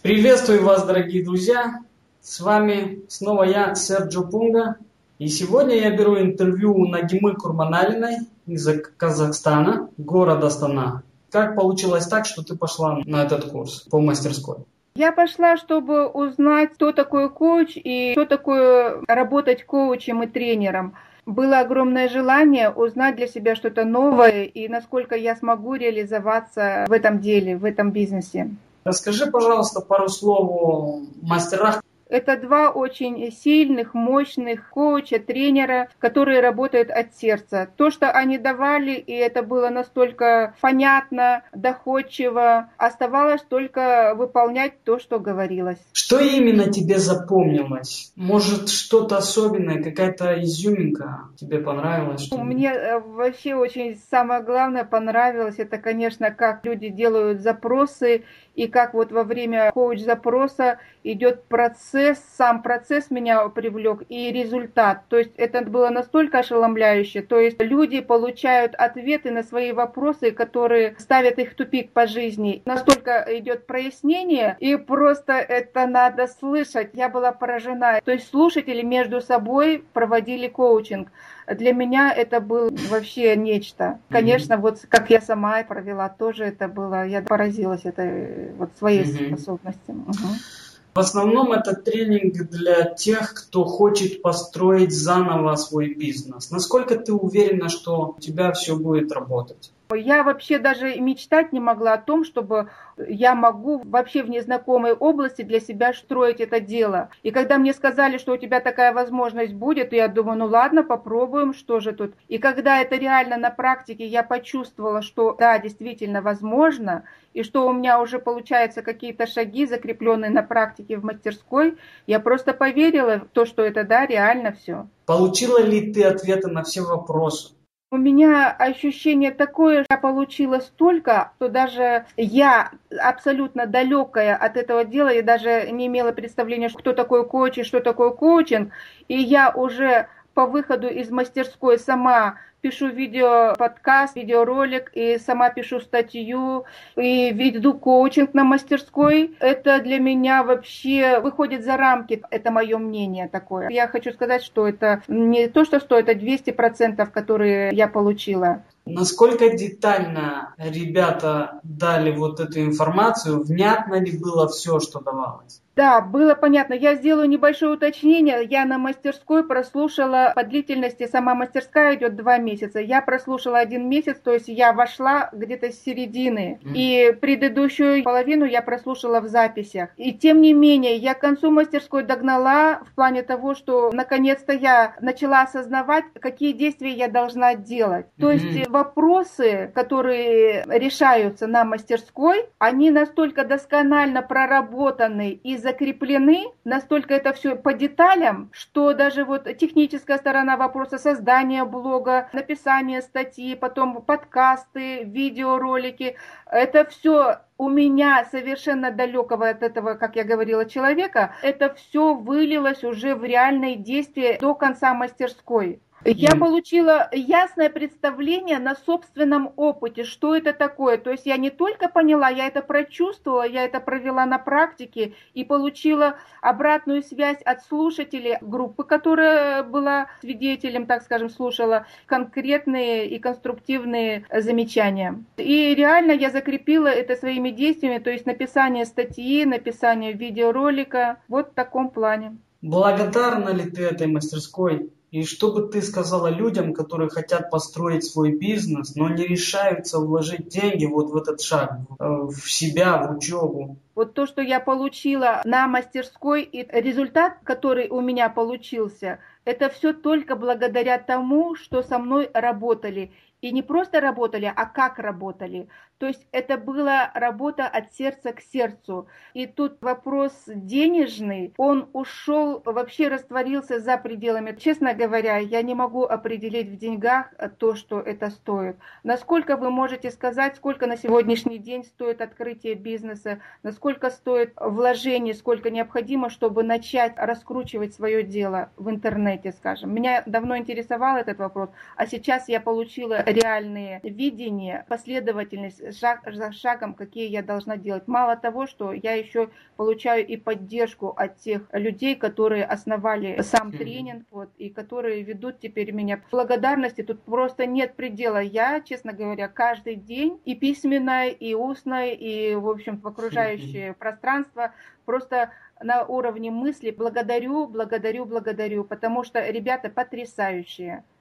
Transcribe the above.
Приветствую вас, дорогие друзья! С вами снова я, Серджо Пунга. И сегодня я беру интервью у Нагимы Курманалиной из Казахстана, города Астана. Как получилось так, что ты пошла на этот курс по мастерской? Я пошла, чтобы узнать, кто такой коуч и что такое работать коучем и тренером. Было огромное желание узнать для себя что-то новое и насколько я смогу реализоваться в этом деле, в этом бизнесе. Расскажи, пожалуйста, пару слов о мастерах. Это два очень сильных, мощных коуча, тренера, которые работают от сердца. То, что они давали, и это было настолько понятно, доходчиво, оставалось только выполнять то, что говорилось. Что именно тебе запомнилось? Может, что-то особенное, какая-то изюминка тебе понравилась? Мне вообще очень самое главное понравилось, это, конечно, как люди делают запросы, и как вот во время коуч-запроса идет процесс, сам процесс меня привлек, и результат. То есть это было настолько ошеломляюще. То есть люди получают ответы на свои вопросы, которые ставят их в тупик по жизни. Настолько идет прояснение, и просто это надо слышать. Я была поражена. То есть слушатели между собой проводили коучинг. Для меня это было вообще нечто. Конечно, вот как я сама провела, тоже это было, я поразилась этой вот своей способности. В основном это тренинг для тех, кто хочет построить заново свой бизнес. Насколько ты уверена, что у тебя все будет работать? Я вообще даже мечтать не могла о том, чтобы я могу вообще в незнакомой области для себя строить это дело. И когда мне сказали, что у тебя такая возможность будет, я думаю, ну ладно, попробуем, что же тут. И когда это реально на практике, я почувствовала, что да, действительно возможно, и что у меня уже получаются какие-то шаги, закрепленные на практике в мастерской, я просто поверила в то, что это да, реально все. Получила ли ты ответы на все вопросы? У меня ощущение такое, я получила столько, что даже я, абсолютно далекая от этого дела, я даже не имела представления, кто такой коуч и что такое коучинг, и я уже по выходу из мастерской сама пишу видео-подкаст, видеоролик, и сама пишу статью, и веду коучинг на мастерской. Это для меня вообще выходит за рамки, это мое мнение такое. Я хочу сказать, что это не то, что стоит, а 200%, которые я получила. Насколько детально ребята дали вот эту информацию, внятно ли было все, что давалось? Да, было понятно. Я сделаю небольшое уточнение. Я на мастерской прослушала по длительности, сама мастерская идет 2 месяца. Я прослушала 1 месяц, то есть я вошла где-то с середины. И предыдущую половину я прослушала в записях. И тем не менее, я к концу мастерской догнала в плане того, что наконец-то я начала осознавать, какие действия я должна делать. То есть вопросы, которые решаются на мастерской, они настолько досконально проработаны и закреплены, настолько это все по деталям, что даже вот техническая сторона вопроса создания блога, написания статьи, потом подкасты, видеоролики, это все у меня совершенно далекого от этого, как я говорила, человека, это все вылилось уже в реальные действия до конца мастерской. Я получила ясное представление на собственном опыте, что это такое. То есть я не только поняла, я это прочувствовала, я это провела на практике и получила обратную связь от слушателей группы, которая была свидетелем, так скажем, слушала конкретные и конструктивные замечания. И реально я закрепила это своими действиями, то есть написание статьи, написание видеоролика, вот в таком плане. Благодарна ли ты этой мастерской? И что бы ты сказала людям, которые хотят построить свой бизнес, но не решаются вложить деньги вот в этот шаг, в себя, в учебу? Вот то, что я получила на мастерской, и результат, который у меня получился, это все только благодаря тому, что со мной работали. И не просто работали, а как работали. То есть это была работа от сердца к сердцу. И тут вопрос денежный, он ушел, вообще растворился за пределами. Честно говоря, я не могу определить в деньгах то, что это стоит. Насколько вы можете сказать, сколько на сегодняшний день стоит открытие бизнеса, насколько стоит вложение, сколько необходимо, чтобы начать раскручивать свое дело в интернете, скажем. Меня давно интересовал этот вопрос, а сейчас я получила реальные видения, последовательность, шаг за шагом, какие я должна делать. Мало того, что я еще получаю и поддержку от тех людей, которые основали сам тренинг, вот, и которые ведут теперь меня. Благодарности тут просто нет предела. Я, честно говоря, каждый день и письменно, и устно, и, в общем, в окружающее пространство просто на уровне мысли благодарю, потому что ребята потрясающие.